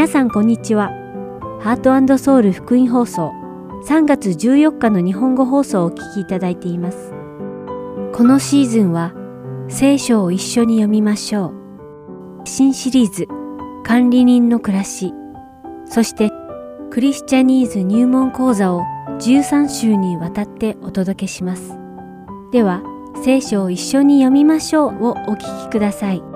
皆さんこんにちは。ハート&ソウル福音放送3月14日の日本語放送をお聞きいただいています。このシーズンは聖書を一緒に読みましょう。新シリーズ管理人の暮らし、そしてクリスチャニーズ入門講座を13週にわたってお届けします。では、聖書を一緒に読みましょうをお聞きください。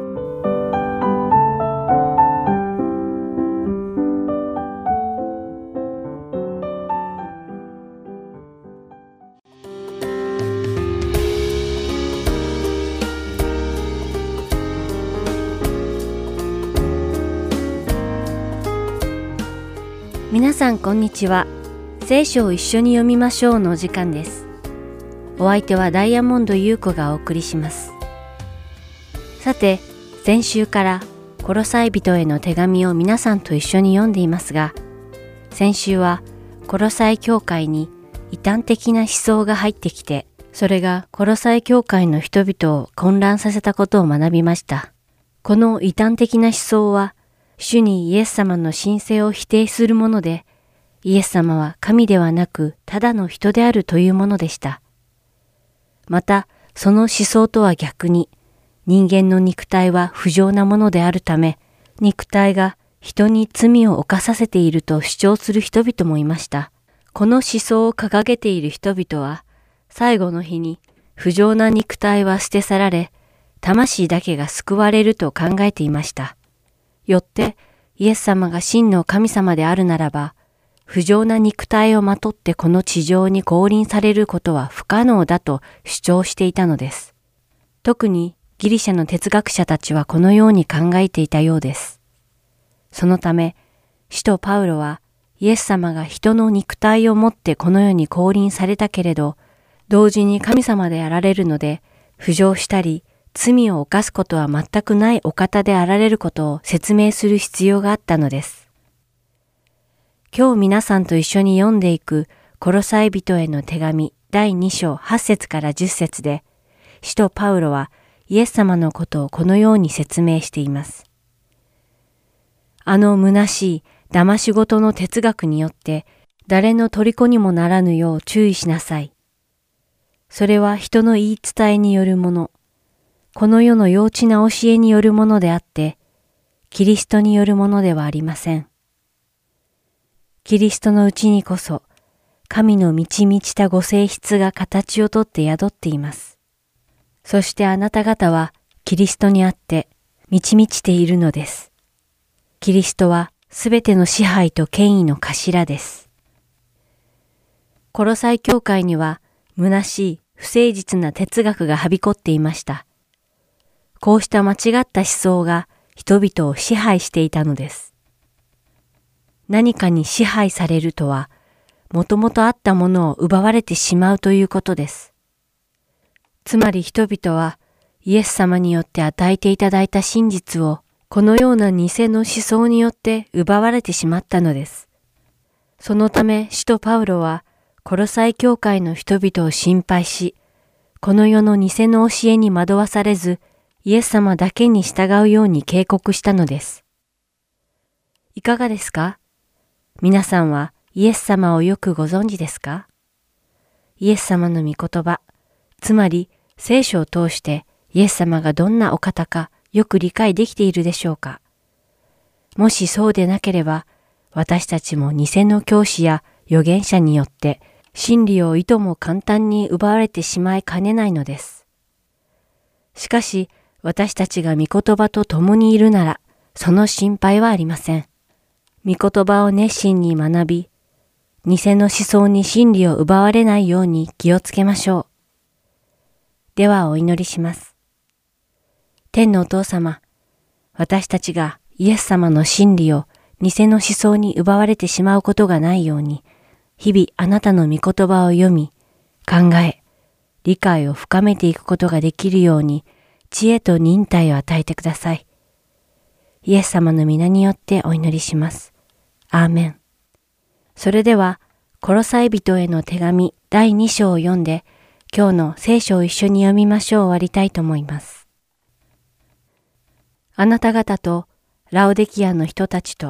皆さんこんにちは。聖書を一緒に読みましょうのお時間です。お相手はダイヤモンド優子がお送りします。さて、先週からコロサイ人への手紙を皆さんと一緒に読んでいますが、先週はコロサイ教会に異端的な思想が入ってきて、それがコロサイ教会の人々を混乱させたことを学びました。この異端的な思想は、主にイエス様の神性を否定するもので、イエス様は神ではなくただの人であるというものでした。また、その思想とは逆に、人間の肉体は不浄なものであるため、肉体が人に罪を犯させていると主張する人々もいました。この思想を掲げている人々は、最後の日に不浄な肉体は捨て去られ、魂だけが救われると考えていました。よって、イエス様が真の神様であるならば、不浄な肉体をまとってこの地上に降臨されることは不可能だと主張していたのです。特にギリシャの哲学者たちはこのように考えていたようです。そのため、使徒パウロはイエス様が人の肉体を持ってこの世に降臨されたけれど、同時に神様であられるので、不浄したり、罪を犯すことは全くないお方であられることを説明する必要があったのです。今日皆さんと一緒に読んでいくコロサイ人への手紙第2章8節から10節で、使徒パウロはイエス様のことをこのように説明しています。あの虚しい騙し事の哲学によって誰の虜にもならぬよう注意しなさい。それは人の言い伝えによるもの。この世の幼稚な教えによるものであって、キリストによるものではありません。キリストのうちにこそ、神の満ち満ちたご性質が形をとって宿っています。そしてあなた方はキリストにあって満ち満ちているのです。キリストはすべての支配と権威の頭です。コロサイ教会には虚しい不誠実な哲学がはびこっていました。こうした間違った思想が人々を支配していたのです。何かに支配されるとは、もともとあったものを奪われてしまうということです。つまり人々はイエス様によって与えていただいた真実をこのような偽の思想によって奪われてしまったのです。そのため使徒パウロはコロサイ教会の人々を心配し、この世の偽の教えに惑わされず、イエス様だけに従うように警告したのです。いかがですか？皆さんはイエス様をよくご存知ですか？イエス様の御言葉、つまり聖書を通してイエス様がどんなお方かよく理解できているでしょうか？もしそうでなければ、私たちも偽の教師や預言者によって真理をいとも簡単に奪われてしまいかねないのです。しかし、私たちが御言葉と共にいるなら、その心配はありません。御言葉を熱心に学び、偽の思想に真理を奪われないように気をつけましょう。ではお祈りします。天のお父様、私たちがイエス様の真理を偽の思想に奪われてしまうことがないように、日々あなたの御言葉を読み、考え、理解を深めていくことができるように、知恵と忍耐を与えてください。イエス様の皆によってお祈りします。アーメン。それでは、コロサイ人への手紙第2章を読んで、今日の聖書を一緒に読みましょう終わりたいと思います。あなた方とラオデキアの人たちと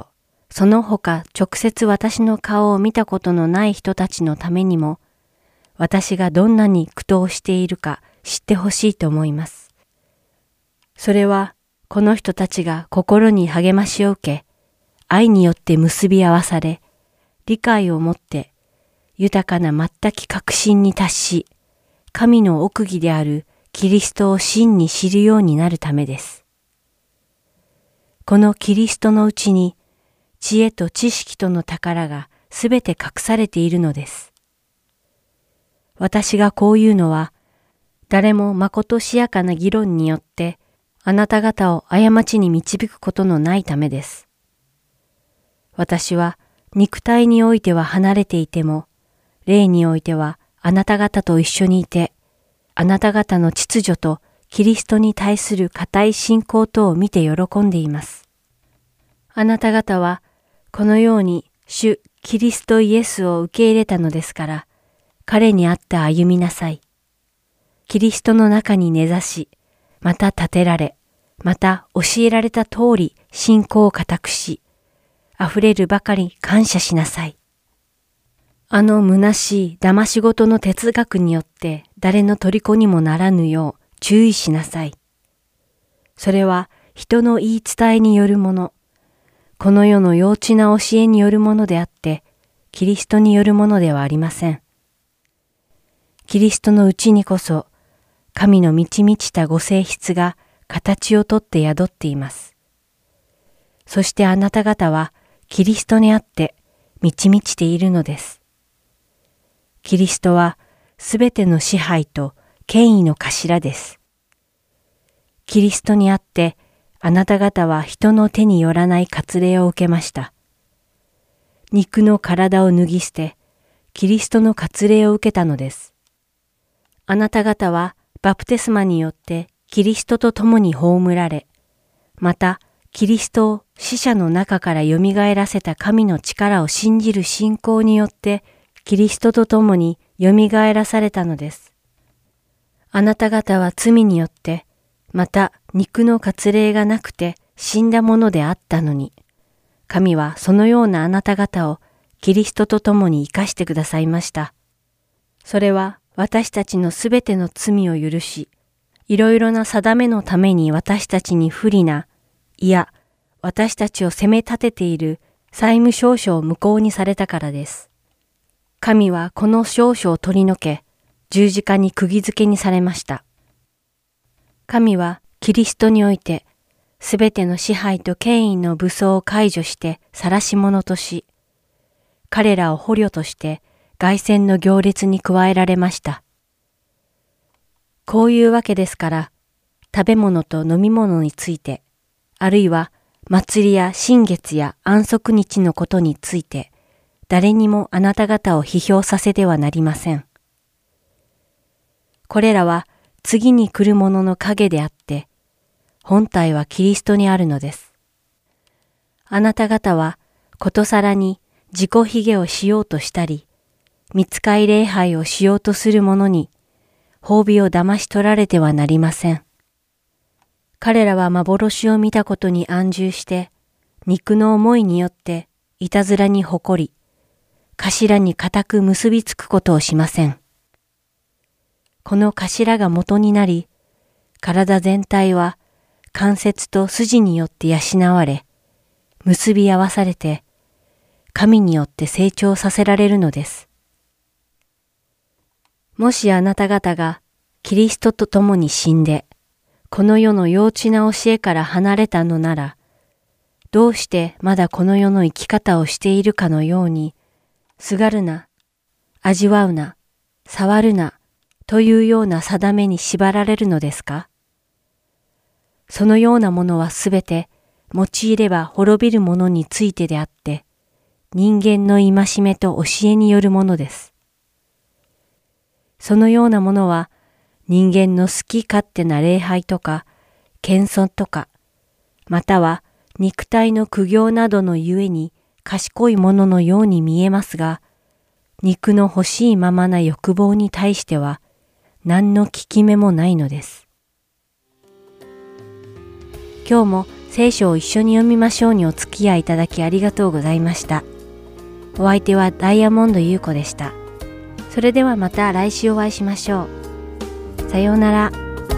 その他直接私の顔を見たことのない人たちのためにも、私がどんなに苦闘しているか知ってほしいと思います。それは、この人たちが心に励ましを受け、愛によって結び合わされ、理解をもって、豊かな全き確信に達し、神の奥義であるキリストを真に知るようになるためです。このキリストのうちに、知恵と知識との宝がすべて隠されているのです。私がこう言うのは、誰もまことしやかな議論によって、あなた方を過ちに導くことのないためです。私は肉体においては離れていても、霊においてはあなた方と一緒にいて、あなた方の秩序とキリストに対する固い信仰とを見て喜んでいます。あなた方はこのように主キリストイエスを受け入れたのですから、彼にあって歩みなさい。キリストの中に根ざし、また立てられ、また教えられた通り信仰を固くし、溢れるばかり感謝しなさい。あの虚しい騙し事の哲学によって誰の虜にもならぬよう注意しなさい。それは人の言い伝えによるもの、この世の幼稚な教えによるものであって、キリストによるものではありません。キリストのうちにこそ、神の満ち満ちたご性質が形をとって宿っています。そしてあなた方はキリストにあって満ち満ちているのです。キリストはすべての支配と権威の頭です。キリストにあってあなた方は人の手によらない割礼を受けました。肉の体を脱ぎ捨て、キリストの割礼を受けたのです。あなた方はバプテスマによってキリストと共に葬られ、またキリストを死者の中からよみがえらせた神の力を信じる信仰によってキリストと共によみがえらされたのです。あなた方は罪によって、また肉の割礼がなくて死んだものであったのに、神はそのようなあなた方をキリストと共に生かしてくださいました。それは私たちのすべての罪を許し、いろいろな定めのために私たちに不利な、いや、私たちを責め立てている債務証書を無効にされたからです。神はこの証書を取り除け、十字架に釘付けにされました。神はキリストにおいて、すべての支配と権威の武装を解除して晒し者とし、彼らを捕虜として凱旋の行列に加えられました。こういうわけですから、食べ物と飲み物について、あるいは祭りや新月や安息日のことについて、誰にもあなた方を批評させてはなりません。これらは次に来るものの影であって、本体はキリストにあるのです。あなた方はことさらに自己卑下をしようとしたり、御使い礼拝をしようとする者に、褒美を騙し取られてはなりません。彼らは幻を見たことに安住して、肉の思いによっていたずらに誇り、頭に固く結びつくことをしません。この頭が元になり、体全体は関節と筋によって養われ、結び合わされて、神によって成長させられるのです。もしあなた方がキリストと共に死んで、この世の幼稚な教えから離れたのなら、どうしてまだこの世の生き方をしているかのように、すがるな、味わうな、触るな、というような定めに縛られるのですか？そのようなものはすべて用いれば滅びるものについてであって、人間の戒めと教えによるものです。そのようなものは人間の好き勝手な礼拝とか、謙遜とか、または肉体の苦行などのゆえに賢いもののように見えますが、肉の欲しいままな欲望に対しては何の効き目もないのです。今日も聖書を一緒に読みましょうにお付き合いいただきありがとうございました。お相手はダイヤモンド優子でした。それではまた来週お会いしましょう。さようなら。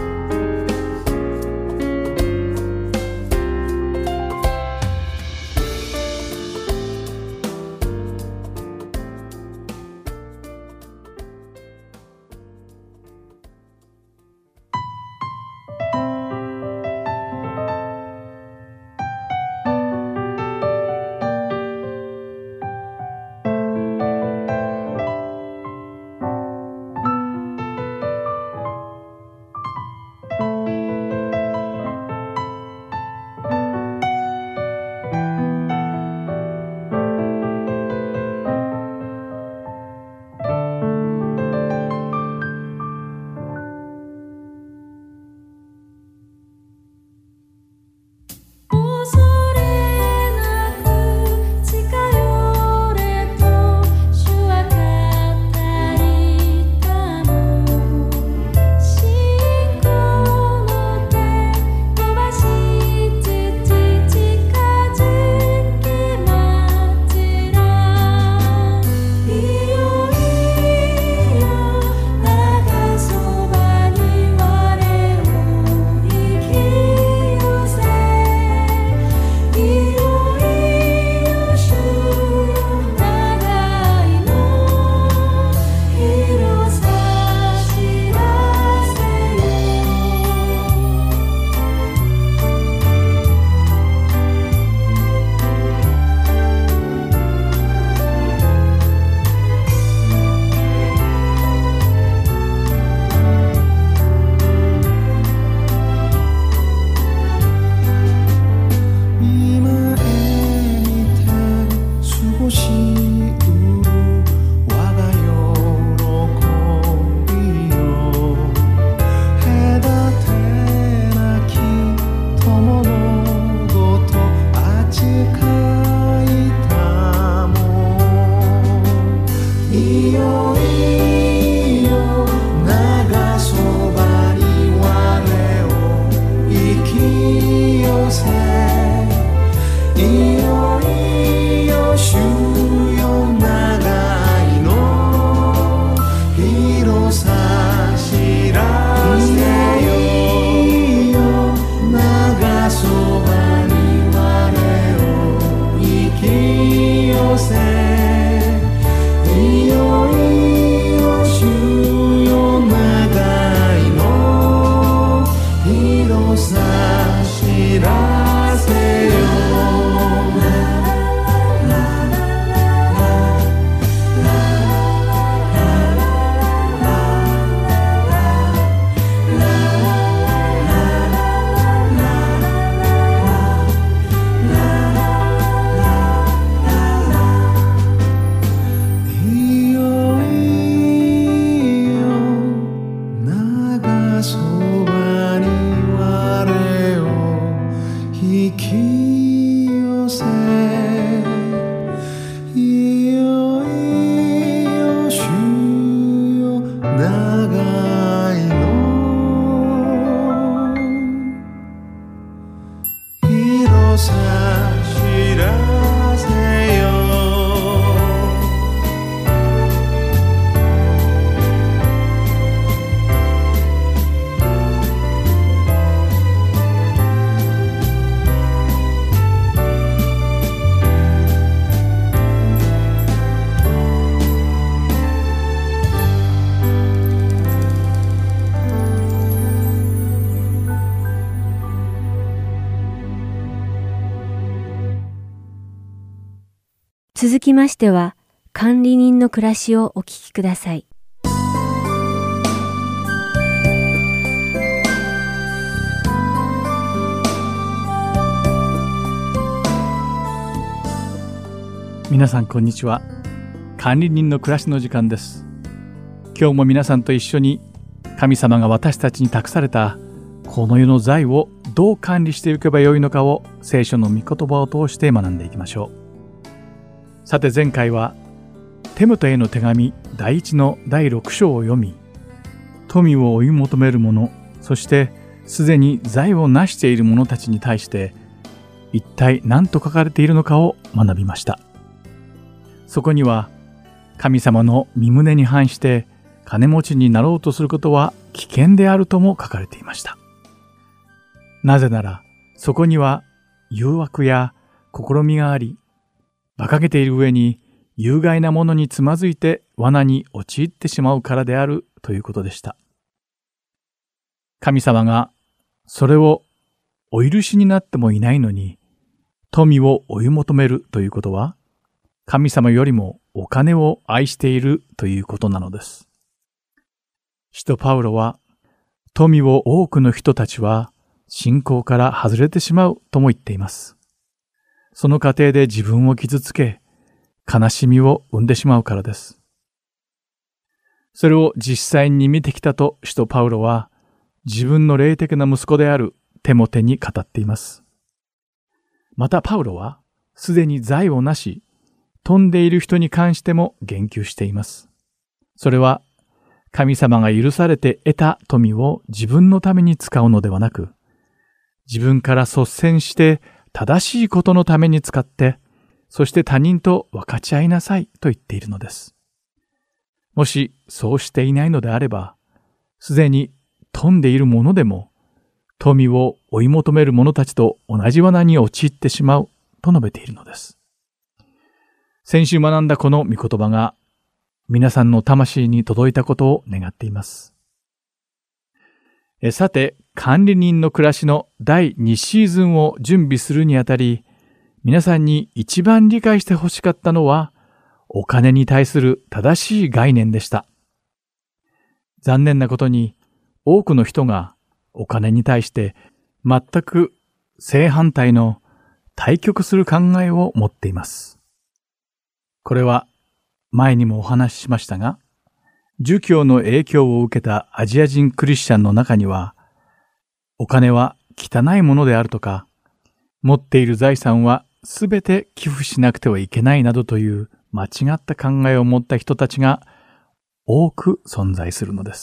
続きましては、管理人の暮らしをお聞きください。 皆さんこんにちは。管理人の暮らしの時間です。今日も皆さんと一緒に神様が私たちに託されたこの世の財をどう管理していけばよいのかを聖書の御言葉を通して学んでいきましょう。さて前回はテモテへの手紙第1の第6章を読み、富を追い求める者、そしてすでに財を成している者たちに対して一体何と書かれているのかを学びました。そこには、神様の御胸に反して金持ちになろうとすることは危険であるとも書かれていました。なぜなら、そこには誘惑や試みがあり、馬鹿げている上に有害なものにつまずいて罠に陥ってしまうからであるということでした。神様がそれをお許しになってもいないのに、富を追い求めるということは、神様よりもお金を愛しているということなのです。使徒パウロは、富を多くの人たちは信仰から外れてしまうとも言っています。その過程で自分を傷つけ、悲しみを生んでしまうからです。それを実際に見てきたと使徒パウロは、自分の霊的な息子であるテモテに語っています。またパウロは、すでに財をなし、富んでいる人に関しても言及しています。それは、神様が許されて得た富を自分のために使うのではなく、自分から率先して正しいことのために使って、そして他人と分かち合いなさいと言っているのです。もしそうしていないのであれば、すでに富んでいるものでも、富を追い求める者たちと同じ罠に陥ってしまうと述べているのです。先週学んだこの御言葉が皆さんの魂に届いたことを願っています。さて、管理人の暮らしの第2シーズンを準備するにあたり、皆さんに一番理解してほしかったのは、お金に対する正しい概念でした。残念なことに、多くの人がお金に対して全く正反対の対極する考えを持っています。これは前にもお話ししましたが、儒教の影響を受けたアジア人クリスチャンの中には、お金は汚いものであるとか、持っている財産はすべて寄付しなくてはいけないなどという間違った考えを持った人たちが多く存在するのです。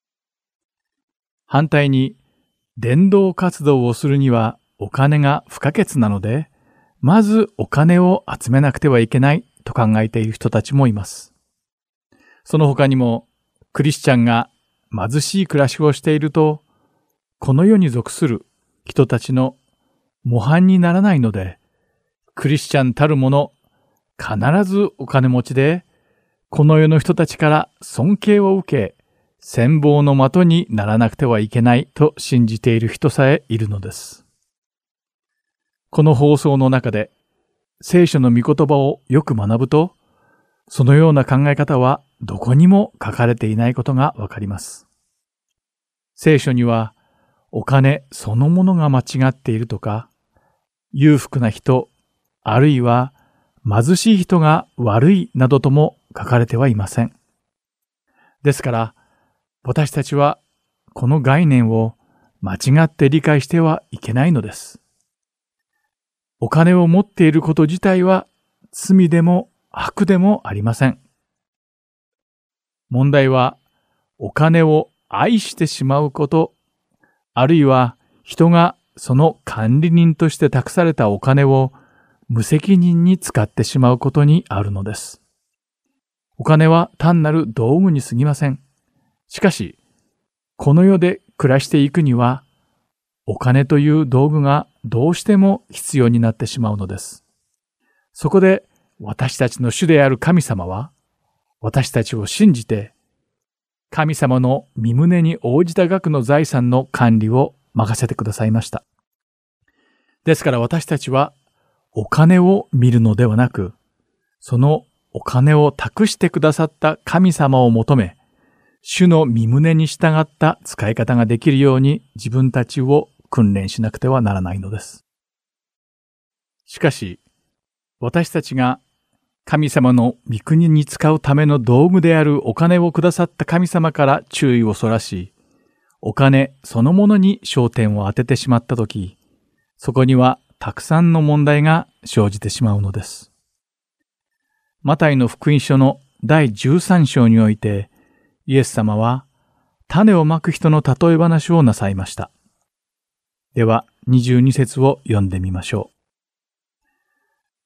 反対に、伝道活動をするにはお金が不可欠なので、まずお金を集めなくてはいけないと考えている人たちもいます。その他にも、クリスチャンが貧しい暮らしをしていると、この世に属する人たちの模範にならないので、クリスチャンたるもの、必ずお金持ちで、この世の人たちから尊敬を受け、羨望の的にならなくてはいけないと信じている人さえいるのです。この放送の中で、聖書の御言葉をよく学ぶと、そのような考え方はどこにも書かれていないことがわかります。聖書には、お金そのものが間違っているとか、裕福な人、あるいは貧しい人が悪いなどとも書かれてはいません。ですから、私たちはこの概念を間違って理解してはいけないのです。お金を持っていること自体は罪でも悪でもありません。問題はお金を愛してしまうこと、あるいは人がその管理人として託されたお金を無責任に使ってしまうことにあるのです。お金は単なる道具に過ぎません。しかし、この世で暮らしていくには、お金という道具がどうしても必要になってしまうのです。そこで私たちの主である神様は、私たちを信じて、神様の御胸に応じた額の財産の管理を任せてくださいました。ですから私たちはお金を見るのではなく、そのお金を託してくださった神様を求め、主の御胸に従った使い方ができるように自分たちを訓練しなくてはならないのです。しかし、私たちが神様の御国に使うための道具であるお金をくださった神様から注意をそらし、お金そのものに焦点を当ててしまったとき、そこにはたくさんの問題が生じてしまうのです。マタイの福音書の第13章において、イエス様は種をまく人の例え話をなさいました。では22節を読んでみましょう。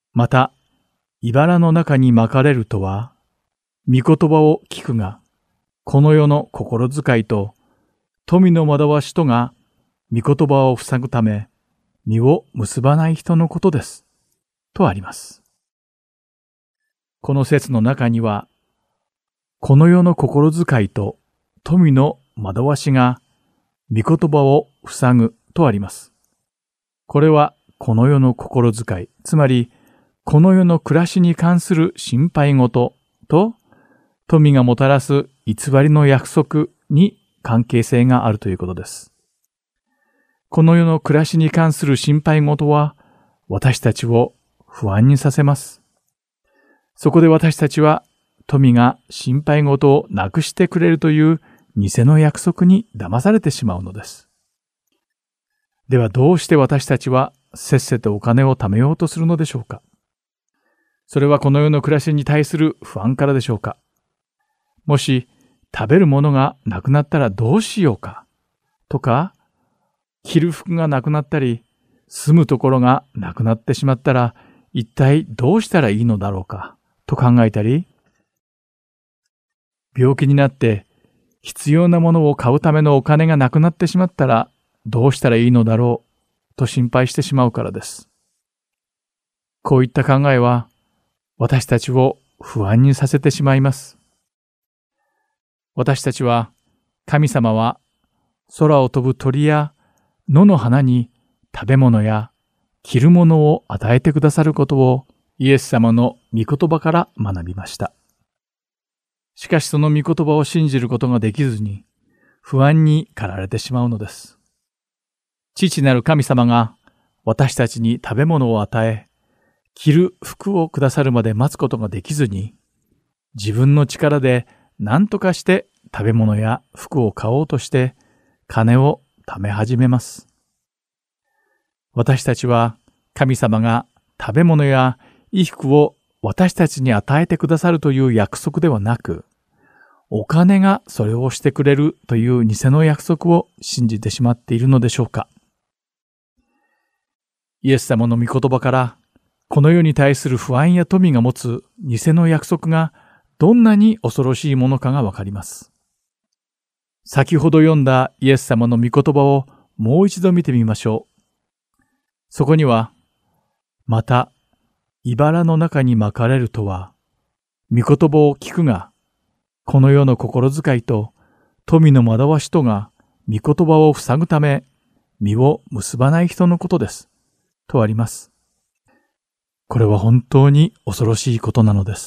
また、茨の中にまかれるとは、御言葉を聞くが、この世の心遣いと富の惑わしとが御言葉を塞ぐため、実を結ばない人のことです。とあります。この説の中には、この世の心遣いと富の惑わしが御言葉を塞ぐとあります。これはこの世の心遣い、つまりこの世の暮らしに関する心配事と富がもたらす偽りの約束に関係性があるということです。この世の暮らしに関する心配事は私たちを不安にさせます。そこで私たちは富が心配事をなくしてくれるという偽の約束に騙されてしまうのです。ではどうして私たちはせっせとお金を貯めようとするのでしょうか。それはこの世の暮らしに対する不安からでしょうか。もし食べるものがなくなったらどうしようかとか、着る服がなくなったり、住むところがなくなってしまったら一体どうしたらいいのだろうかと考えたり、病気になって必要なものを買うためのお金がなくなってしまったらどうしたらいいのだろうと心配してしまうからです。こういった考えは私たちを不安にさせてしまいます。私たちは神様は空を飛ぶ鳥や野の花に食べ物や着るものを与えてくださることをイエス様の御言葉から学びました。しかしその御言葉を信じることができずに不安に駆られてしまうのです。父なる神様が私たちに食べ物を与え、着る服をくださるまで待つことができずに、自分の力で何とかして食べ物や服を買おうとして金を貯め始めます。私たちは神様が食べ物や衣服を私たちに与えてくださるという約束ではなく、お金がそれをしてくれるという偽の約束を信じてしまっているのでしょうか。イエス様の御言葉からこの世に対する不安や富が持つ偽の約束がどんなに恐ろしいものかがわかります。先ほど読んだイエス様の御言葉をもう一度見てみましょう。そこには、また、茨の中にまかれるとは、御言葉を聞くが、この世の心遣いと富の惑わしとが御言葉を塞ぐため、実を結ばない人のことです。とあります。これは本当に恐ろしいことなのです。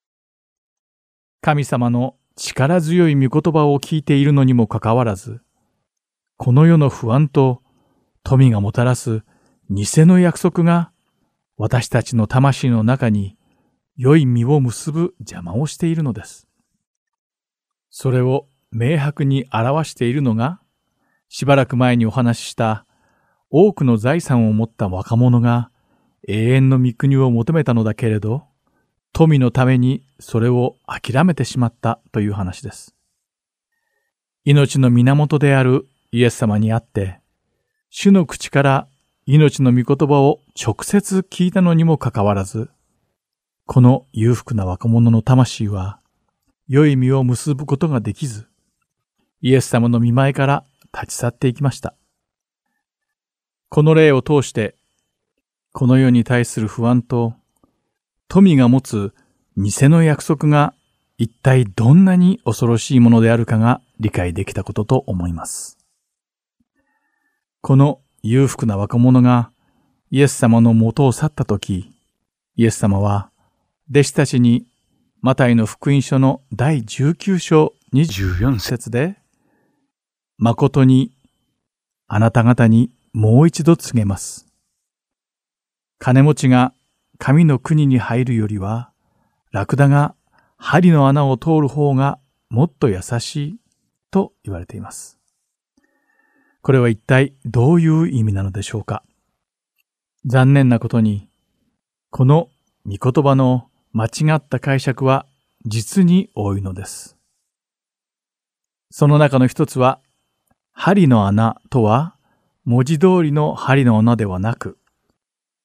神様の力強い御言葉を聞いているのにもかかわらず、この世の不安と富がもたらす偽の約束が私たちの魂の中に良い実を結ぶ邪魔をしているのです。それを明白に表しているのが、しばらく前にお話しした多くの財産を持った若者が永遠の御国を求めたのだけれど、富のためにそれを諦めてしまったという話です。命の源であるイエス様にあって、主の口から命の御言葉を直接聞いたのにもかかわらず、この裕福な若者の魂は良い実を結ぶことができず、イエス様の御前から立ち去っていきました。この例を通して、この世に対する不安と富が持つ偽の約束が一体どんなに恐ろしいものであるかが理解できたことと思います。この裕福な若者がイエス様の元を去ったとき、イエス様は弟子たちにマタイの福音書の第19章24節で、誠にあなた方にもう一度告げます。金持ちが神の国に入るよりは、ラクダが針の穴を通る方がもっと優しいと言われています。これは一体どういう意味なのでしょうか。残念なことに、この御言葉の間違った解釈は実に多いのです。その中の一つは、針の穴とは文字通りの針の穴ではなく、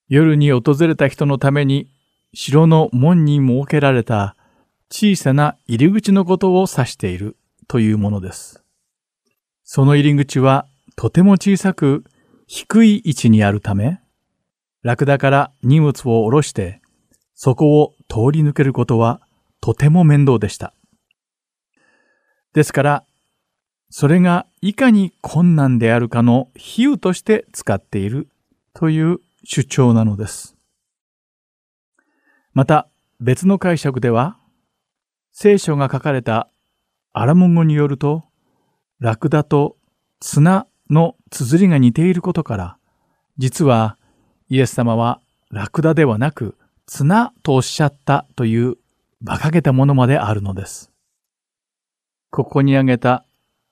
夜に訪れた人のために城の門に設けられた小さな入り口のことを指しているというものです。その入り口はとても小さく低い位置にあるため、ラクダから荷物を下ろしてそこを通り抜けることはとても面倒でした。ですから、それがいかに困難であるかの比喩として使っているという主張なのです。また別の解釈では、聖書が書かれたアラモン語によると、ラクダと綱の綴りが似ていることから、実はイエス様はラクダではなく綱とおっしゃったという馬鹿げたものまであるのです。ここに挙げた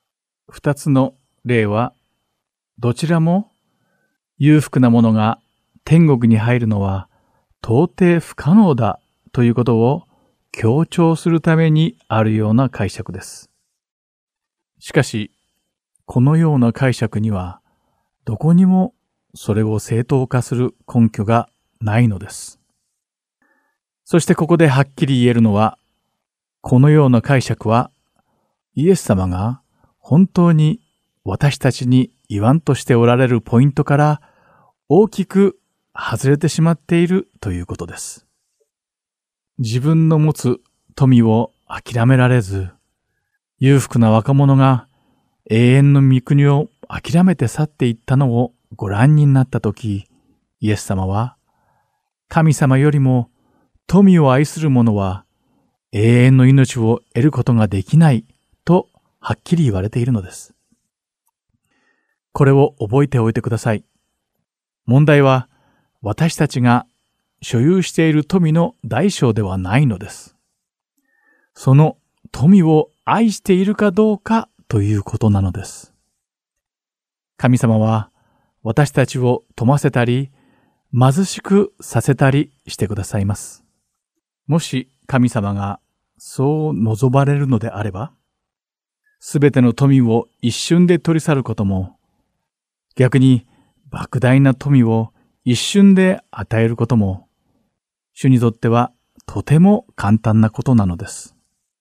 2つの例は、どちらも裕福な者が天国に入るのは到底不可能だということを強調するためにあるような解釈です。しかし、このような解釈にはどこにもそれを正当化する根拠がないのです。そしてここではっきり言えるのは、このような解釈はイエス様が本当に私たちに言わんとしておられるポイントから大きく外れてしまっているということです。自分の持つ富を諦められず、裕福な若者が永遠の御国を諦めて去っていったのをご覧になったとき、イエス様は、神様よりも富を愛する者は永遠の命を得ることができないとはっきり言われているのです。これを覚えておいてください。問題は私たちが所有している富の大小ではないのです。その富を愛しているかどうかということなのです。神様は私たちを富ませたり貧しくさせたりしてくださいます。もし神様がそう望まれるのであれば、すべての富を一瞬で取り去ることも、逆に莫大な富を一瞬で与えることも、主にとってはとても簡単なことなのです。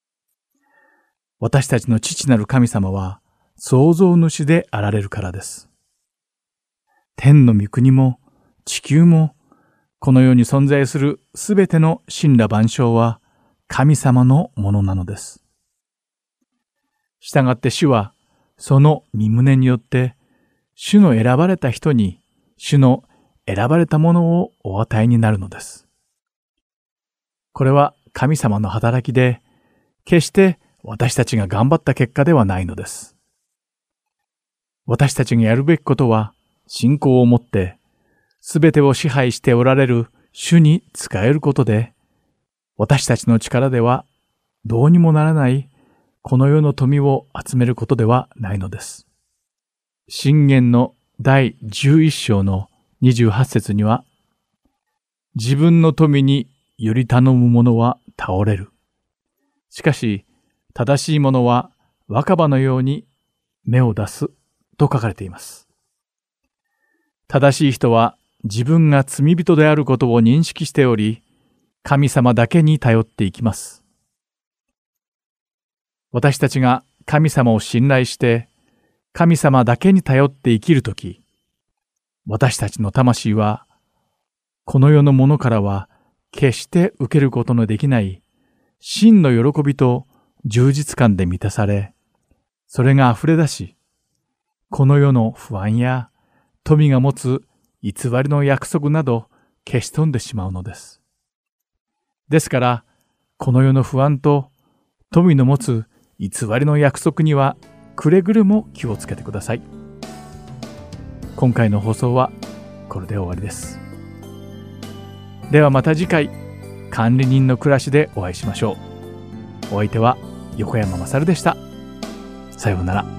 私たちの父なる神様は創造主であられるからです。天の御国も地球もこの世に存在するすべての神羅万象は神様のものなのです。したがって主はその御胸によって主の選ばれた人に主の選ばれたものをお与えになるのです。これは神様の働きで、決して私たちが頑張った結果ではないのです。私たちがやるべきことは、信仰を持って、すべてを支配しておられる主に仕えることで、私たちの力ではどうにもならないこの世の富を集めることではないのです。箴言の第11章の28節には、自分の富により頼む者は倒れる。しかし、正しい者は若葉のように芽を出すと書かれています。正しい人は自分が罪人であることを認識しており、神様だけに頼っていきます。私たちが神様を信頼して、神様だけに頼って生きるとき、私たちの魂は、この世のものからは決して受けることのできない真の喜びと充実感で満たされ、それが溢れ出し、この世の不安や富が持つ偽りの約束など消し飛んでしまうのです。ですから、この世の不安と富の持つ偽りの約束にはくれぐれも気をつけてください。今回の放送はこれで終わりです。ではまた次回、管理人の暮らしでお会いしましょう。お相手は横山まさるでした。さようなら。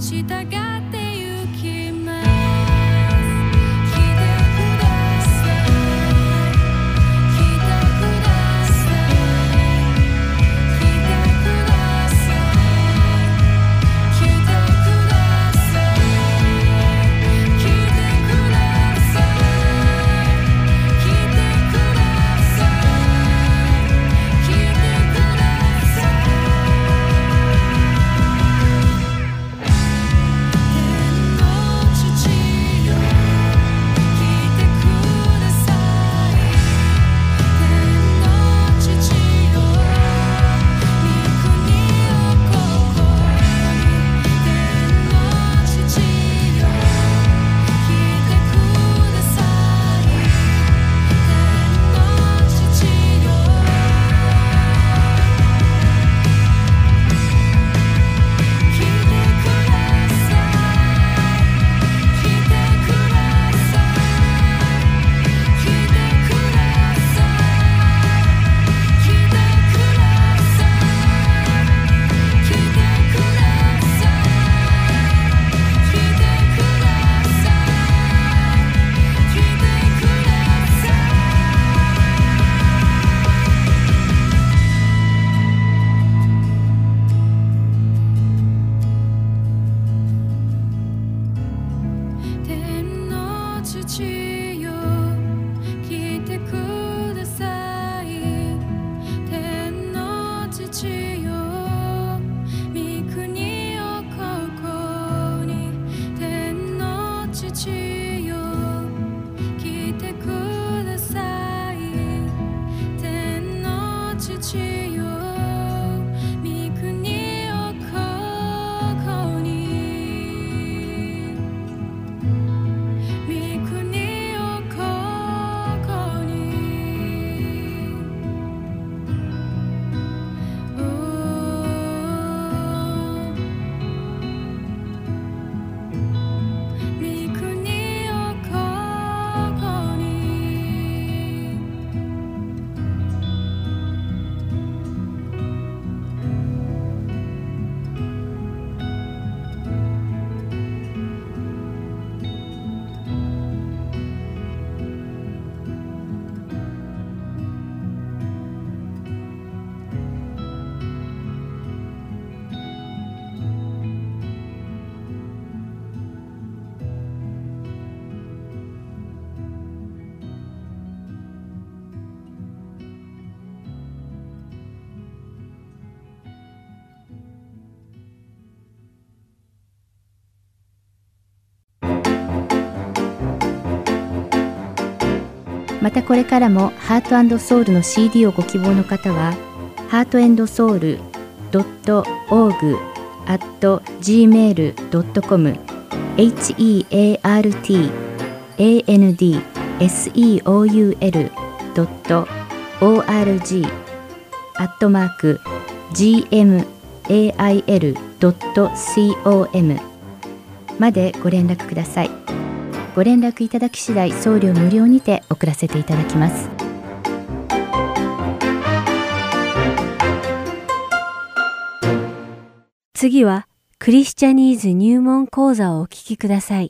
またこれからもハート&ソウルの CD をご希望の方は heartandsoul.org@gmail.com heartandsoul.gmail.com までご連絡ください。ご連絡いただき次第送料無料にて送らせていただきます。 次はクリスチャニーズ入門講座をお聞きください。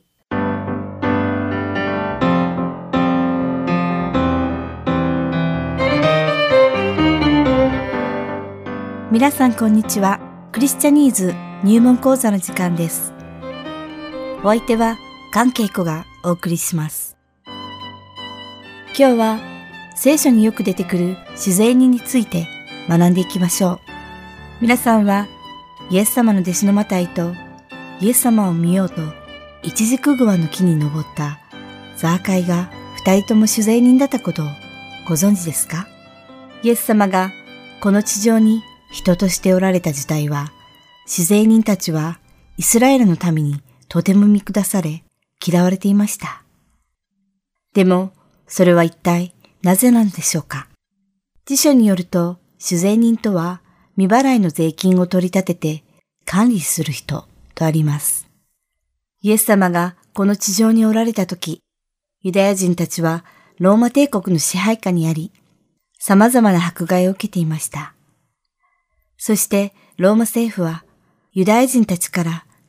皆さんこんにちは。クリスチャニーズ入門講座の時間です。お相手は関係子がお送りします。今日は聖書によく出てくる主税人について学んでいきましょう。皆さんはイエス様の弟子のマタイとイエス様を見ようとイチジクグワの木に登ったザーカイが二人とも主税人だったことをご存知ですか？イエス様がこの地上に人としておられた時代は、主税人たちはイスラエルの民にとても見下され嫌われていました。でもそれは一体なぜなのでしょうか？辞書によると主税人とは未払いの税金を取り立てて管理する人とあります。イエス様がこの地上におられたとき、ユダヤ人たちはローマ帝国の支配下にあり、様々な迫害を受けていました。そしてローマ政府はユダヤ人たちから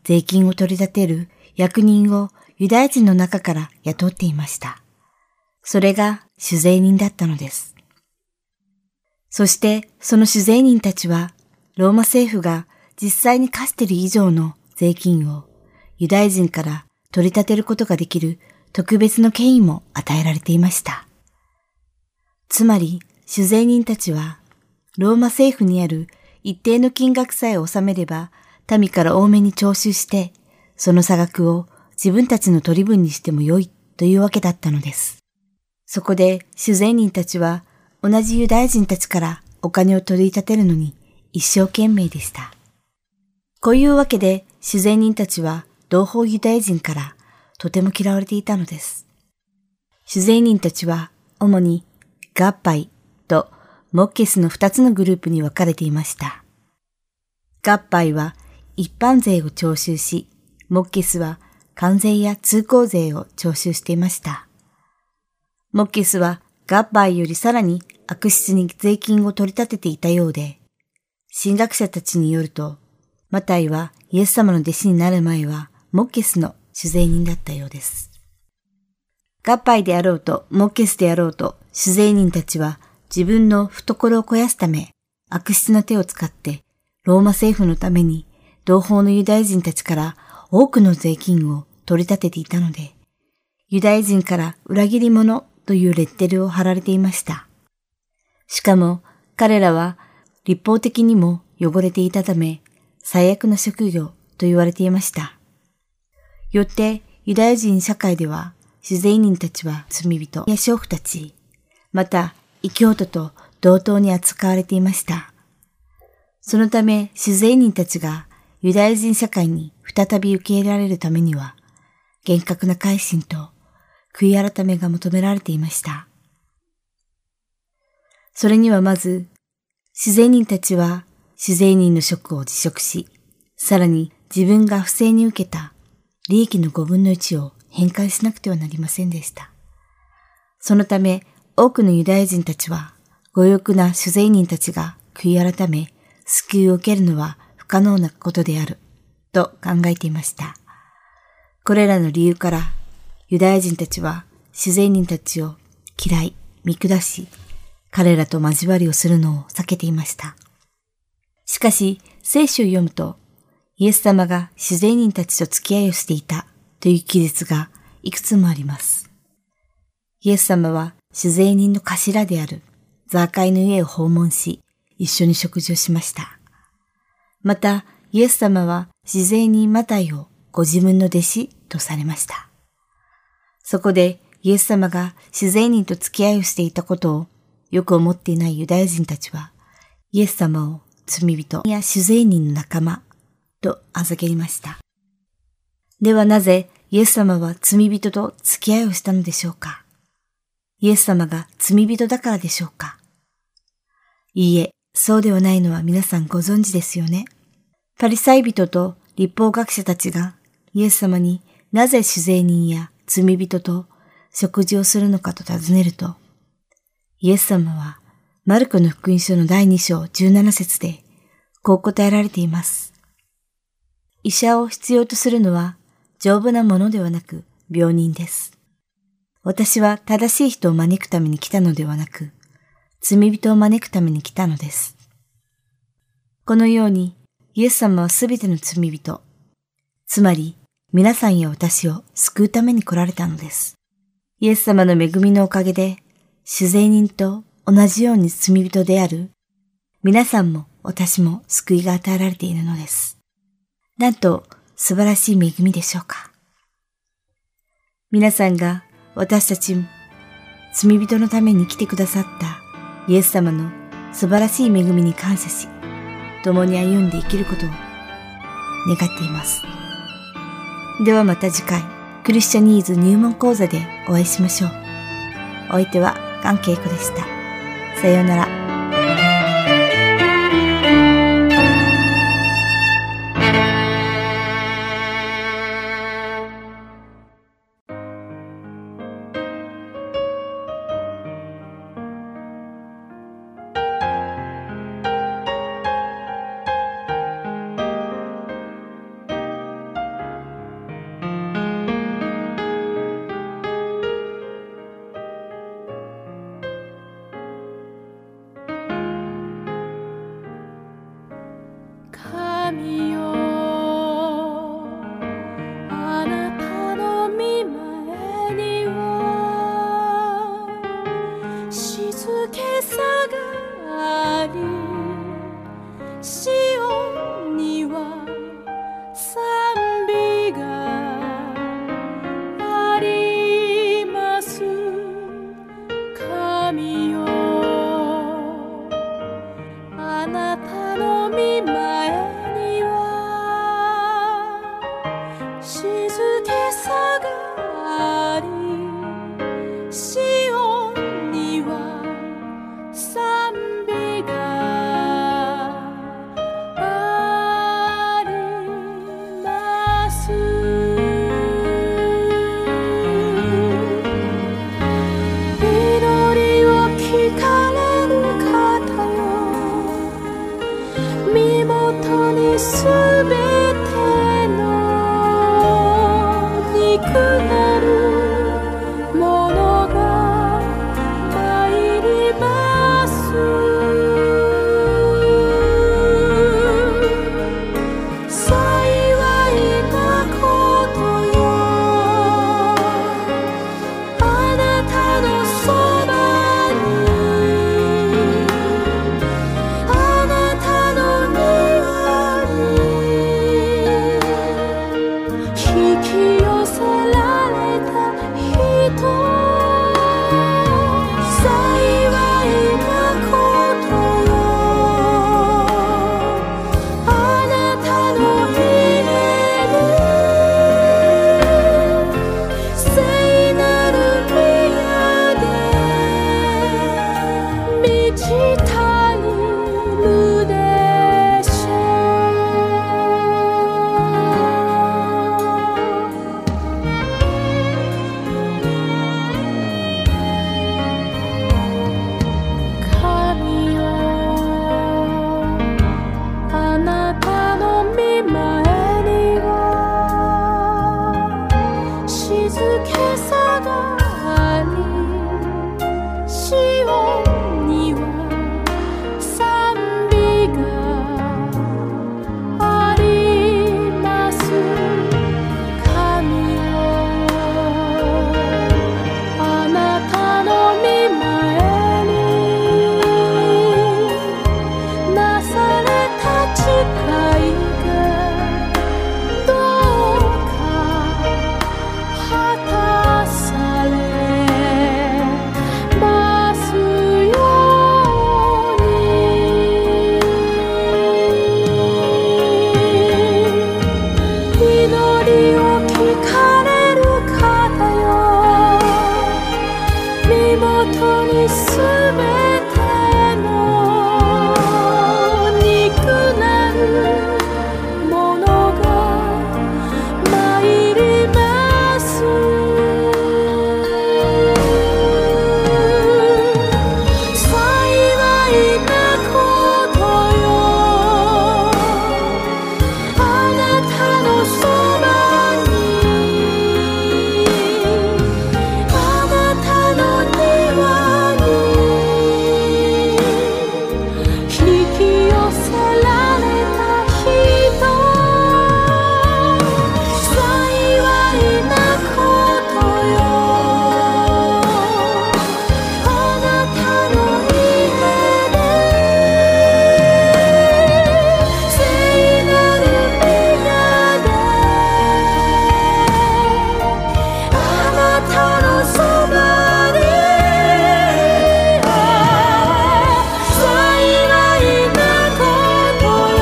税金を取り立てる役人をユダヤ人の中から雇っていました。それが主税人だったのです。そしてその主税人たちはローマ政府が実際に課している以上の税金をユダヤ人から取り立てることができる特別の権威も与えられていました。つまり主税人たちはローマ政府にある一定の金額さえ納めれば民から多めに徴収してその差額を自分たちの取り分にしてもよいというわけだったのです。そこで主税人たちは同じユダヤ人たちからお金を取り立てるのに一生懸命でした。こういうわけで主税人たちは同胞ユダヤ人からとても嫌われていたのです。主税人たちは主にガッパイとモッケスの2つのグループに分かれていました。ガッパイは一般税を徴収し、モッケスは関税や通行税を徴収していました。モッケスはガッパイよりさらに悪質に税金を取り立てていたようで、神学者たちによると、マタイはイエス様の弟子になる前はモッケスの主税人だったようです。ガッパイであろうとモッケスであろうと主税人たちは自分の懐を肥やすため悪質な手を使ってローマ政府のために同胞のユダヤ人たちから多くの税金を取り立てていたので、ユダヤ人から裏切り者というレッテルを貼られていました。しかも彼らは立法的にも汚れていたため最悪な職業と言われていました。よってユダヤ人社会では主税人たちは罪人や娼婦たち、また異教徒と同等に扱われていました。そのため主税人たちがユダヤ人社会に再び受け入れられるためには厳格な改心と悔い改めが求められていました。それにはまず主税人たちは主税人の職を辞職し、さらに自分が不正に受けた利益の5分の1を返還しなくてはなりませんでした。そのため多くのユダヤ人たちは強欲な主税人たちが悔い改め救いを受けるのは不可能なことであると考えていました。これらの理由からユダヤ人たちは主税人たちを嫌い、見下し、彼らと交わりをするのを避けていました。しかし聖書を読むとイエス様が主税人たちと付き合いをしていたという記述がいくつもあります。イエス様は主税人の頭であるザーカイの家を訪問し、一緒に食事をしました。また、イエス様は主税人マタイをご自分の弟子とされました。そこでイエス様が主税人と付き合いをしていたことをよく思っていないユダヤ人たちは、イエス様を罪人や主税人の仲間と嘲りました。ではなぜイエス様は罪人と付き合いをしたのでしょうか？イエス様が罪人だからでしょうか？いいえ、そうではないのは皆さんご存知ですよね。パリサイ人と律法学者たちがイエス様になぜ主税人や罪人と食事をするのかと尋ねると、イエス様はマルコの福音書の第2章17節でこう答えられています。医者を必要とするのは丈夫なものではなく病人です。私は正しい人を招くために来たのではなく、罪人を招くために来たのです。このように、イエス様はすべての罪人、つまり皆さんや私を救うために来られたのです。イエス様の恵みのおかげで、主税人と同じように罪人である皆さんも私も救いが与えられているのです。なんと素晴らしい恵みでしょうか。皆さんが私たち罪人のために来てくださったイエス様の素晴らしい恵みに感謝し、共に歩んで生きることを願っています。ではまた次回、クリスチャニーズ入門講座でお会いしましょう。お相手は関恵子でした。さようなら。 神よ、あなたの御前には静けさがあり、シオンには賛美があります。神よ、あなたの御前には静けさがあり、シオンには賛美があります。祈りを聞かれる方よ、身元にすべての肉なるものが参ります。幸いなことよ、あなたのそばに、あなたの庭に引き寄せられた人。幸いなことよ、あなたの家に聖なる宮で満ち足りるでしょう。神よ、あなたの御前には静けさがあり、シオンには賛美があります。神よ、あなたの御前になされた誓いがどうか果たされますように。祈りを聞かれる方よ、身元にすべての肉なるものが参ります。幸いなことよ、あなたのそばに、あなたの庭に引き寄せられた人。幸いなことよ、あなたの家で聖なる宮で、あなたのそばに、幸いなことよ、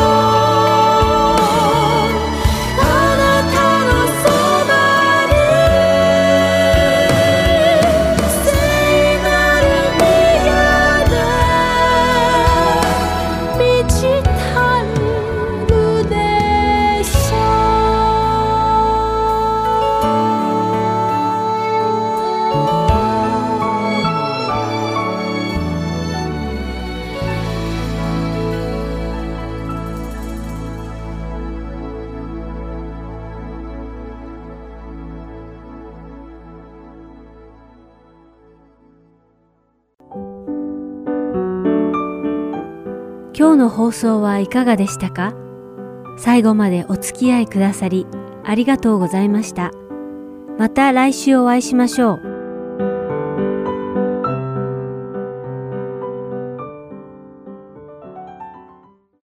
あなたのそばに聖なる宮で満ち足りるでしょ今日の放送はいかがでしたか？ 最後までお付き合いくださりありがとうございました。また来週お会いしましょう。